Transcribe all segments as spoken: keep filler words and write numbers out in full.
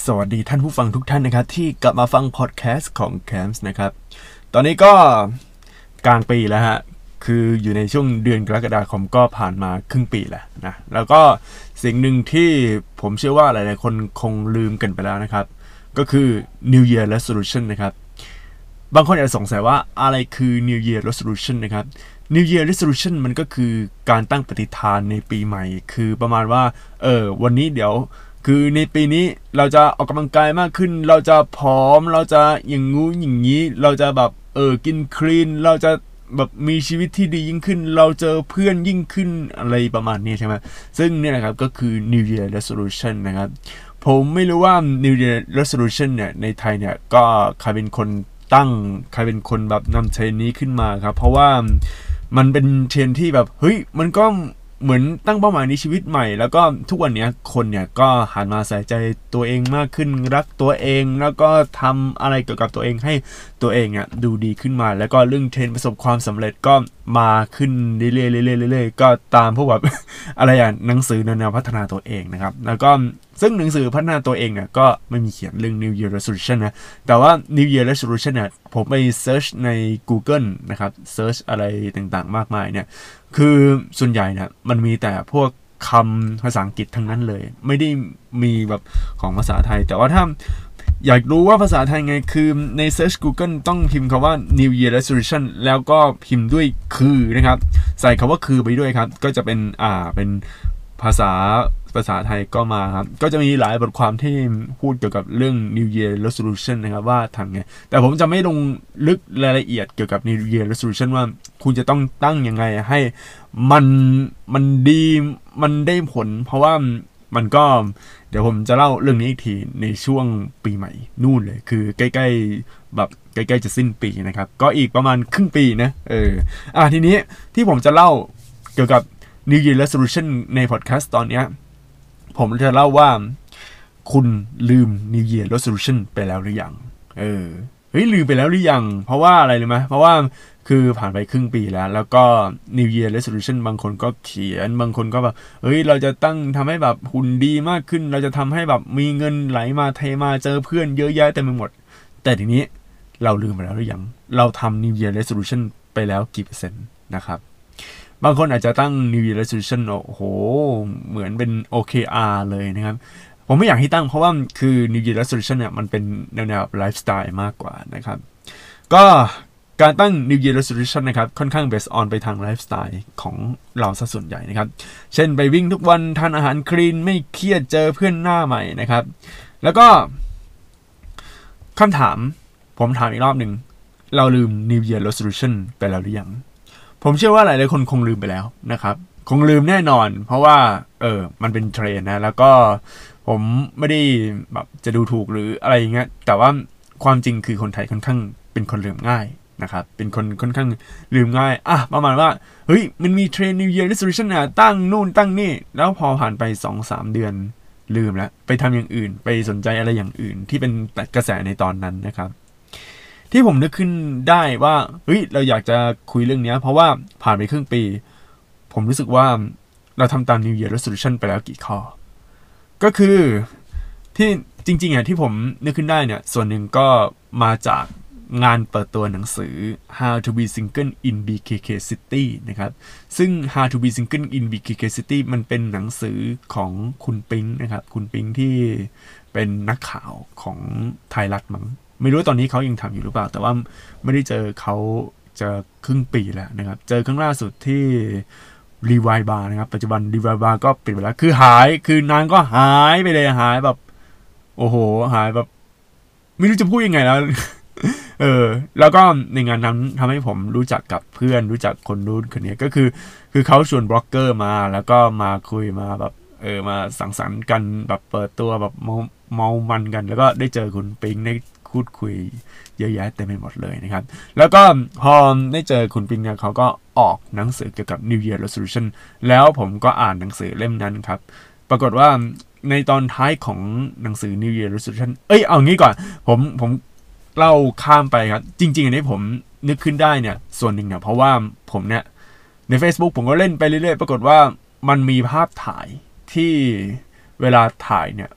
สวัสดีท่านผู้ฟังทุกท่านนะครับที่กลับมาฟังพอดแคสต์ของ Camps นะครับตอนนี้ก็กลางปีแล้วฮะคืออยู่ในช่วงเดือนกรกฎาคมก็ผ่านมาครึ่งปีแล้วนะแล้วก็สิ่งหนึ่งที่ผมเชื่อว่าหลายๆคนคงลืมกันไปแล้วนะครับก็คือ New Year Resolution นะครับบางคนอาจจะสงสัยว่าอะไรคือ New Year Resolution นะครับ New Year Resolution มันก็คือการตั้งปฏิฐานในปีใหม่คือประมาณว่าเออวันนี้เดี๋ยวคือในปีนี้เราจะออกกำลังกายมากขึ้นเราจะผอมเราจะอย่างงู้อย่างนี้เราจะแบบเออกินคลีนเราจะแบบมีชีวิตที่ดียิ่งขึ้นเราเจอเพื่อนยิ่งขึ้นอะไรประมาณนี้ใช่ไหมซึ่งเนี่ยนะครับก็คือ New Year Resolution นะครับผมไม่รู้ว่า New Year Resolution เนี่ยในไทยเนี่ยก็ใครเป็นคนตั้งใครเป็นคนแบบนำเทรนนี้ขึ้นมาครับเพราะว่ามันเป็นเทรนที่แบบเฮ้ยมันก็เหมือนตั้งเป้าหมายในชีวิตใหม่แล้วก็ทุกวันนี้คนเนี่ยก็หันมาใส่ใจตัวเองมากขึ้นรักตัวเองแล้วก็ทำอะไรเกี่ยวกับตัวเองให้ตัวเองอ่ะดูดีขึ้นมาแล้วก็เรื่องเทรนประสบความสำเร็จก็มาขึ้นเรื่อยๆเรื่อยๆเรื่อยๆก็ตามพวกแบบ อะไรอย่างหนังสือแนวพัฒนาตัวเองนะครับแล้วก็ซึ่งหนังสือพัฒนาตัวเองเนี่ยก็ไม่มีเขียนเรื่อง New Year Resolution นะแต่ว่า New Year Resolution เนี่ยผมไปเซิร์ชใน Google นะครับเซิร์ชอะไรต่างๆมากมายเนี่ยคือส่วนใหญ่เนี่ยมันมีแต่พวกคำภาษาอังกฤษทั้งนั้นเลยไม่ได้มีแบบของภาษาไทยแต่ว่าถ้าอยากรู้ว่าภาษาไทยไงคือใน Search Google ต้องพิมพ์คำว่า New Year Resolution แล้วก็พิมพ์ด้วยคือนะครับใส่คำว่าคือไปด้วยครับก็จะเป็นอ่าเป็นภาษาภาษาไทยก็มาครับก็จะมีหลายบทความที่พูดเกี่ยวกับเรื่อง New Year Resolution นะครับว่าทำไงแต่ผมจะไม่ลงลึกรายละเอียดเกี่ยวกับ New Year Resolution ว่าคุณจะต้องตั้งยังไงให้มันมันดีมันได้ผลเพราะว่ามันก็เดี๋ยวผมจะเล่าเรื่องนี้อีกทีในช่วงปีใหม่นู่นเลยคือใกล้ๆแบบใกล้ๆจะสิ้นปีนะครับก็อีกประมาณครึ่งปีนะเอออ่ะทีนี้ที่ผมจะเล่าเกี่ยวกับ New Year Resolution ในพอดแคสต์ตอนนี้ผมจะเล่าว่าคุณลืม New Year Resolution ไปแล้วหรือยังเออเฮ้ยลืมไปแล้วหรือยังเพราะว่าอะไรรู้ไหมเพราะว่าคือผ่านไปครึ่งปีแล้วแล้วก็ New Year Resolution บางคนก็เขียนบางคนก็แบบเฮ้ยเราจะตั้งทำให้แบบหุ่นดีมากขึ้นเราจะทำให้แบบมีเงินไหลมาเทมาเจอเพื่อนเยอะแยะเต็มไปหมดแต่ทีนี้เราลืมไปแล้วหรือยังเราทำ New Year Resolution ไปแล้วกี่เปอร์เซ็นต์นะครับบางคนอาจจะตั้ง New Year Resolution โอ้โหเหมือนเป็น โอ เค อาร์ เลยนะครับผมไม่อยากให้ตั้งเพราะว่าคือ New Year Resolution เนี่ยมันเป็นแนวๆไลฟ์สไตล์มากกว่านะครับก็การตั้ง New Year Resolution นะครับค่อนข้าง based on ไปทางไลฟ์สไตล์ของเราซะส่วนใหญ่นะครับเช่นไปวิ่งทุกวันทานอาหารคลีนไม่เครียดเจอเพื่อนหน้าใหม่นะครับแล้วก็คำถามผมถามอีกรอบหนึ่งเราลืม New Year Resolution ไปแล้วหรือยังผมเชื่อว่าหลายๆคนคงลืมไปแล้วนะครับคงลืมแน่นอนเพราะว่าเออมันเป็นเทรนด์นะแล้วก็ผมไม่ได้แบบจะดูถูกหรืออะไรอย่างเงี้ยแต่ว่าความจริงคือคนไทยค่อนข้างเป็นคนลืมง่ายนะครับเป็นคนค่อนข้างลืมง่ายอ่ะประมาณว่าเฮ้ยมันมีเทรนด์ New Year Resolution อ่ะตั้งนู่นตั้งนี่แล้วพอผ่านไป สองถึงสาม เดือนลืมแล้วไปทำอย่างอื่นไปสนใจอะไรอย่างอื่นที่เป็นกระแสในตอนนั้นนะครับที่ผมนึกขึ้นได้ว่าเฮ้ยเราอยากจะคุยเรื่องนี้เพราะว่าผ่านไปครึ่งปีผมรู้สึกว่าเราทำตาม New Year Resolution ไปแล้วกี่ข้อก็คือที่จริงๆอ่ะที่ผมนึกขึ้นได้เนี่ยส่วนหนึ่งก็มาจากงานเปิดตัวหนังสือ How to be Single in บี เค เค City นะครับซึ่ง How to be Single in บี เค เค City มันเป็นหนังสือของคุณปิ๊งนะครับคุณปิ๊งที่เป็นนักข่าวของไทยรัฐมั้งไม่รู้ตอนนี้เขายังทำอยู่หรือเปล่าแต่ว่าไม่ได้เจอเขาจะครึ่งปีแล้วนะครับเจอครั้งล่าสุดที่รีไวบาร์นะครับปัจจุบันรีไวบาร์ก็ปิดไปแล้วคือหายคือนางก็หายไปเลยหายแบบโอ้โหหายแบบไม่รู้จะพูดยังไงแล้วเออแล้วก็ในงานนั้นทำให้ผมรู้จักกับเพื่อนรู้จักคนนู้นคนนี้ก็คือคือเขาชวนบล็อกเกอร์มาแล้วก็มาคุยมาแบบเออมาสังสรรค์กันแบบเปิดตัวแบบเมาเมามันกันแล้วก็ได้เจอคุณปิ๊งได้พูดคุยเยอะแยะเต็มไปหมดเลยนะครับแล้วก็พอได้เจอคุณปิ๊งเนี่ยเขาก็ออกหนังสือเกี่ยวกับ New Year Resolution แล้วผมก็อ่านหนังสือเล่มนั้นครับปรากฏว่าในตอนท้ายของหนังสือ New Year Resolution เอ้ยเอางี้ก่อนผมผมเล่าข้ามไปครับจริงๆอันนี้ผมนึกขึ้นได้เนี่ยส่วนหนึ่งเนี่ยเพราะว่าผมเนี่ยใน Facebook ผมก็เล่นไปเรื่อยๆปรากฏว่ามันมีภาพถ่ายที่เวลาถ่ายเนี่ย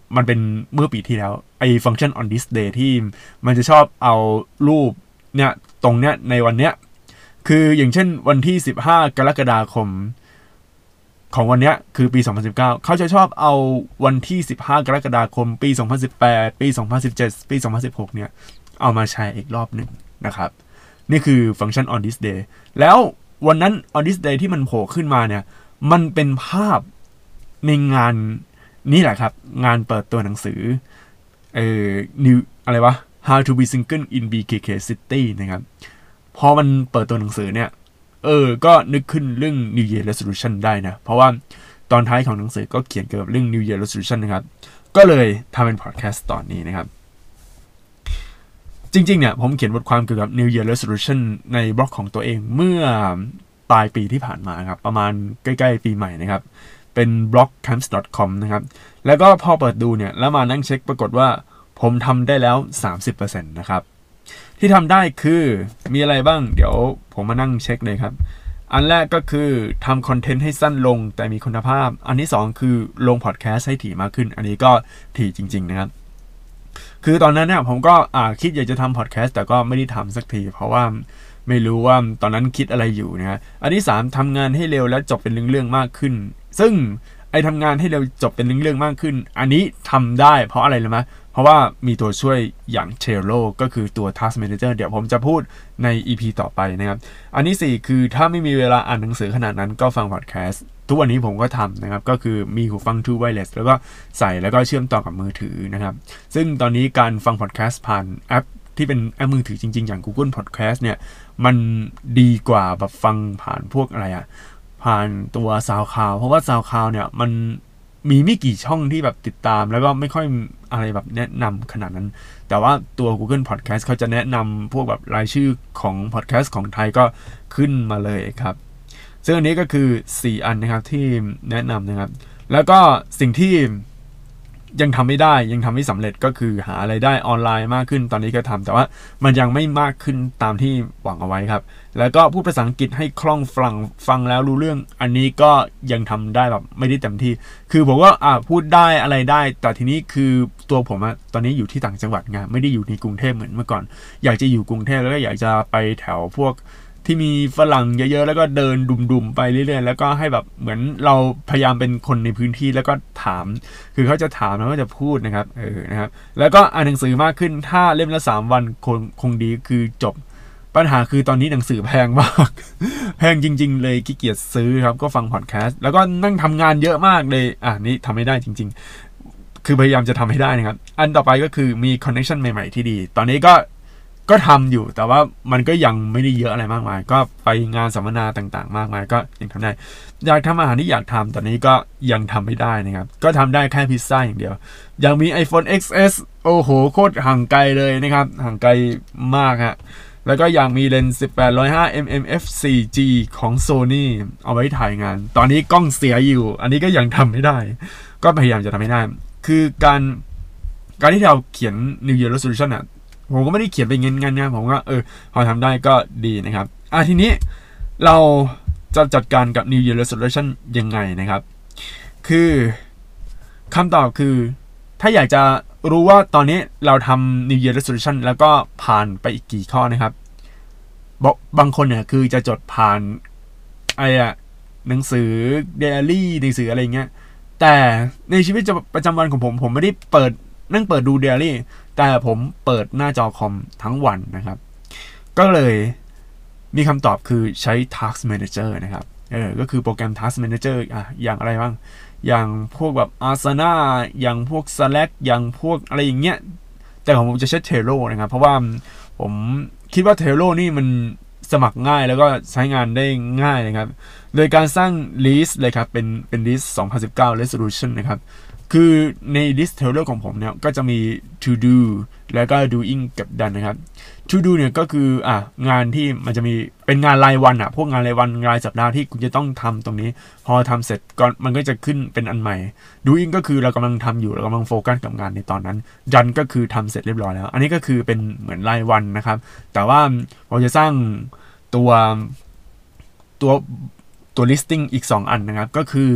มันเป็นเมื่อปีที่แล้วไอ้ function on this day ที่มันจะชอบเอารูปเนี่ยตรงเนี้ยในวันเนี้ยคืออย่างเช่นวันที่สิบห้ากรกฎาคมของวันเนี้ยคือปีสองพันสิบเก้าเขาจะชอบเอาวันที่สิบห้ากรกฎาคมปีสองพันสิบแปดปีสองพันสิบเจ็ดปีสองพันสิบหกเนี่ยเอามาใช้อีกรอบหนึ่งนะครับนี่คือฟังก์ชัน on this day แล้ววันนั้น on this day ที่มันโผล่ขึ้นมาเนี่ยมันเป็นภาพในงานนี่แหละครับงานเปิดตัวหนังสือเอ่อ new อะไรวะ how to be single in บี เค เค City นะครับพอมันเปิดตัวหนังสือเนี่ยเออก็นึกขึ้นเรื่อง New Year Resolution ได้นะเพราะว่าตอนท้ายของหนังสือก็เขียนเกี่ยวกับเรื่อง New Year Resolution นะครับก็เลยทำเป็นพอดแคสต์ตอนนี้นะครับจริงๆเนี่ยผมเขียนบทความเกี่ยวกับ New Year Resolution ในบล็อกของตัวเองเมื่อปลายปีที่ผ่านมาครับประมาณใกล้ๆปีใหม่นะครับเป็นบล็อก แคมป์ ดอท คอม นะครับแล้วก็พอเปิดดูเนี่ยแล้วมานั่งเช็คปรากฏว่าผมทำได้แล้ว สามสิบเปอร์เซ็นต์ นะครับที่ทำได้คือมีอะไรบ้างเดี๋ยวผมมานั่งเช็คเลยครับอันแรกก็คือทำคอนเทนต์ให้สั้นลงแต่มีคุณภาพอันที่สองคือลงพอดแคสต์ให้ถี่มากขึ้นอันนี้ก็ถี่จริงๆนะครับคือตอนนั้นเนี่ยผมก็อ่าคิดอยากจะทำพอดแคสต์แต่ก็ไม่ได้ทำสักทีเพราะว่าไม่รู้ว่าตอนนั้นคิดอะไรอยู่นะฮะอันที่สามทำงานให้เร็วและจบเป็นเรื่องๆมากขึ้นซึ่งไอทำงานให้เร็วจบเป็นเรื่องๆมากขึ้นอันนี้ทำได้เพราะอะไรรู้ไหมเพราะว่ามีตัวช่วยอย่าง Trello ก็คือตัว Task Manager เดี๋ยวผมจะพูดใน อี พี ต่อไปนะครับอันที่สี่คือถ้าไม่มีเวลาอ่านหนังสือขนาดนั้นก็ฟังพอดแคสต์ทุกวันนี้ผมก็ทำนะครับก็คือมีหูฟัง True Wireless แล้วก็ใส่แล้วก็เชื่อมต่อกับมือถือนะครับซึ่งตอนนี้การฟังพอดแคสต์ผ่านแอปที่เป็นแอปมือถือจริงๆอย่าง Google Podcast เนี่ยมันดีกว่าแบบฟังผ่านพวกอะไรอะผ่านตัว SoundCloud เพราะว่า SoundCloud เนี่ยมันมีไม่กี่ช่องที่แบบติดตามแล้วก็ไม่ค่อยอะไรแบบแนะนำขนาดนั้นแต่ว่าตัว Google Podcast เขาจะแนะนำพวกแบบรายชื่อของ Podcast ของไทยก็ขึ้นมาเลยครับซึ่งอันนี้ก็คือสี่อันนะครับที่แนะนำนะครับแล้วก็สิ่งที่ยังทำไม่ได้ยังทำไม่สำเร็จก็คือหาอะไรได้ออนไลน์มากขึ้นตอนนี้ก็ทำแต่ว่ามันยังไม่มากขึ้นตามที่หวังเอาไว้ครับแล้วก็พูดภาษาอังกฤษให้คล่องฟังฟังแล้วรู้เรื่องอันนี้ก็ยังทำได้แบบไม่ได้เต็มที่คือผมก็อ่าพูดได้อะไรได้แต่ทีนี้คือตัวผมอะตอนนี้อยู่ที่ต่างจังหวัดไงไม่ได้อยู่ในกรุงเทพเหมือนเมื่อก่อนอยากจะอยู่กรุงเทพแล้วก็อยากจะไปแถวพวกที่มีฝรั่งเยอะๆแล้วก็เดินดุ่มๆไปเรื่อยๆแล้วก็ให้แบบเหมือนเราพยายามเป็นคนในพื้นที่แล้วก็ถามคือเขาจะถามแล้วก็จะพูดนะครับเออนะครับแล้วก็อ่านหนังสือมากขึ้นถ้าเล่มละสามวันคงคงดีคือจบปัญหาคือตอนนี้หนังสือแพงมาก แพงจริงๆเลยขี้เกียจซื้อครับก็ฟังพอดแคสต์แล้วก็นั่งทำงานเยอะมากเลยอ่ะนี่ทำไม่ได้จริงๆคือพยายามจะทำให้ได้นะครับอันต่อไปก็คือมีคอนเนคชั่นใหม่ๆที่ดีตอนนี้ก็ก็ทำอยู่แต่ว่ามันก็ยังไม่ได้เยอะอะไรมากมายก็ไปงานสัมมนาต่างๆมากมายก็ยังทำได้อยากทำอาหารที่อยากทำตอนนี้ก็ยังทำไม่ได้นะครับก็ทำได้แค่พิซซ่าอย่างเดียวยังมี iPhone เอ็กซ์ เอส โอ้โหโคตรห่างไกลเลยนะครับห่างไกลมากฮะแล้วก็ยังมีเลนส์ สิบแปด หนึ่งร้อยห้า เอ็ม เอ็ม เอฟ โฟร์ จี ของ Sony เอาไว้ถ่ายงานตอนนี้กล้องเสียอยู่อันนี้ก็ยังทำไม่ได้ก็พยายามจะทำให้ได้คือการการที่เราเขียน New Year Resolution อ่ะผมก็ไม่ได้เขียนไปเงินๆนะผมก็เออพอทำได้ก็ดีนะครับอ่ะทีนี้เราจะจัดการกับ New Year Resolution ยังไงนะครับคือคำตอบคือถ้าอยากจะรู้ว่าตอนนี้เราทำ New Year Resolution แล้วก็ผ่านไปอีกกี่ข้อนะครับบอกบางคนเนี่ยคือจะจดผ่านไอ้อะหนังสือเดลี่หนังสืออะไรเงี้ยแต่ในชีวิตประจำวันของผมผมไม่ได้เปิดนั่งเปิดดูเดลี่แต่ผมเปิดหน้าจอคอมทั้งวันนะครับก็เลยมีคำตอบคือใช้ Task Manager นะครับเออก็คือโปรแกรม Task Manager อ่ะอย่างอะไรบ้างอย่างพวกแบบ Asana อย่างพวก Slack อย่างพวกอะไรอย่างเงี้ยแต่ของผมจะใช้ Trello นะครับเพราะว่าผมคิดว่า Trello นี่มันสมัครง่ายแล้วก็ใช้งานได้ง่ายนะครับโดยการสร้าง list เลยครับเป็นเป็น list สองพันสิบเก้า resolution นะครับคือใน list Trello ของผมเนี่ยก็จะมี to do แล้วก็ doing กับ done นะครับ to do เนี่ยก็คืออ่ะงานที่มันจะมีเป็นงานรายวันอ่ะพวกงานรายวันรายสัปดาห์ที่คุณจะต้องทำตรงนี้พอทำเสร็จก็มันก็จะขึ้นเป็นอันใหม่ doing ก็คือเรากำลังทำอยู่เรากำลังโฟกัสกับงานในตอนนั้น done ก็คือทำเสร็จเรียบร้อยแล้วอันนี้ก็คือเป็นเหมือนรายวันนะครับแต่ว่าเราจะสร้างตัวตัวตัว listing อีกสองอันนะครับก็คือ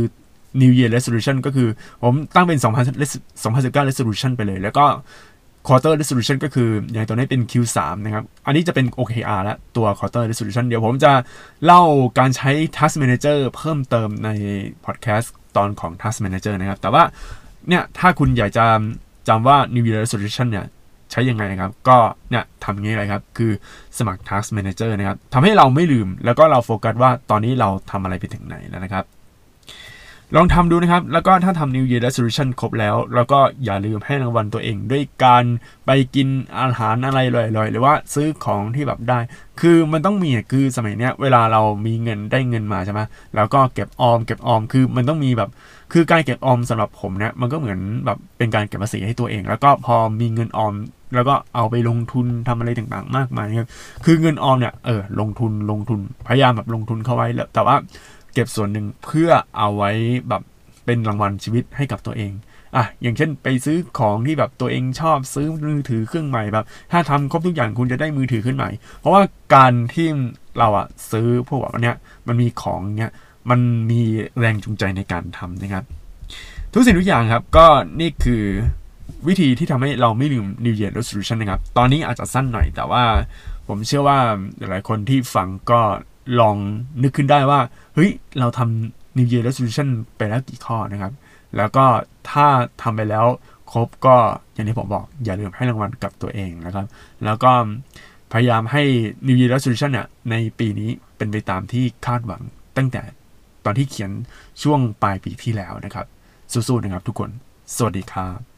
New Year Resolution ก็คือผมตั้งเป็นสองพันสิบเก้า Resolution ไปเลยแล้วก็ Quarter Resolution ก็คืออย่างตัวนี้เป็น คิว สาม นะครับอันนี้จะเป็น โอ เค อาร์ และตัว Quarter Resolution เดี๋ยวผมจะเล่าการใช้ Task Manager เพิ่มเติมใน Podcast ตอนของ Task Manager นะครับแต่ว่าเนี่ยถ้าคุณอยากจะจำว่า New Year Resolution เนี่ยใช้ยังไงนะครับก็เนี่ยทำอย่างนี้เลยครับคือสมัคร Task Manager นะครับทำให้เราไม่ลืมแล้วก็เราโฟกัสว่าตอนนี้เราทำอะไรไปถึงไหนแล้วนะครับลองทำดูนะครับแล้วก็ถ้าทำ New Year Resolution ครบแล้วแล้วก็อย่าลืมให้รางวัลตัวเองด้วยการไปกินอาหารอะไรลอยๆหรือว่าซื้อของที่แบบได้คือมันต้องมีคือสมัยเนี้ยเวลาเรามีเงินได้เงินมาใช่ไหมแล้วก็เก็บออมเก็บออมคือมันต้องมีแบบคือการเก็บออมสำหรับผมเนี่ยมันก็เหมือนแบบเป็นการเก็บภาษีให้ตัวเองแล้วก็พอมีเงินออมแล้วก็เอาไปลงทุนทำอะไรต่างๆมากมายครับคือเงินออมเนี่ยเออลงทุนลงทุนพยายามแบบลงทุนเข้าไว้แล้วแต่ว่าเก็บส่วนหนึ่งเพื่อเอาไว้แบบเป็นรางวัลชีวิตให้กับตัวเองอ่ะอย่างเช่นไปซื้อของที่แบบตัวเองชอบซื้อมือถือเครื่องใหม่แบบถ้าทำครบทุกอย่างคุณจะได้มือถือขึ้นใหม่เพราะว่าการที่เราอ่ะซื้อพวกแบบเนี้ยมันมีของเนี้ยมันมีแรงจูงใจในการทำนะครับทุกสิ่งทุกอย่างครับก็นี่คือวิธีที่ทำให้เราไม่ลืม New Year Resolution นะครับตอนนี้อาจจะสั้นหน่อยแต่ว่าผมเชื่อว่าหลายคนที่ฟังก็ลองนึกขึ้นได้ว่าเฮ้ยเราทำ New Year Resolution ไปแล้วกี่ข้อนะครับแล้วก็ถ้าทำไปแล้วครบก็อย่างที่ผมบอกอย่าลืมให้รางวัลกับตัวเองนะครับแล้วก็พยายามให้ New Year Resolution เนี่ยในปีนี้เป็นไปตามที่คาดหวังตั้งแต่ตอนที่เขียนช่วงปลายปีที่แล้วนะครับสู้ๆนะครับทุกคนสวัสดีครับ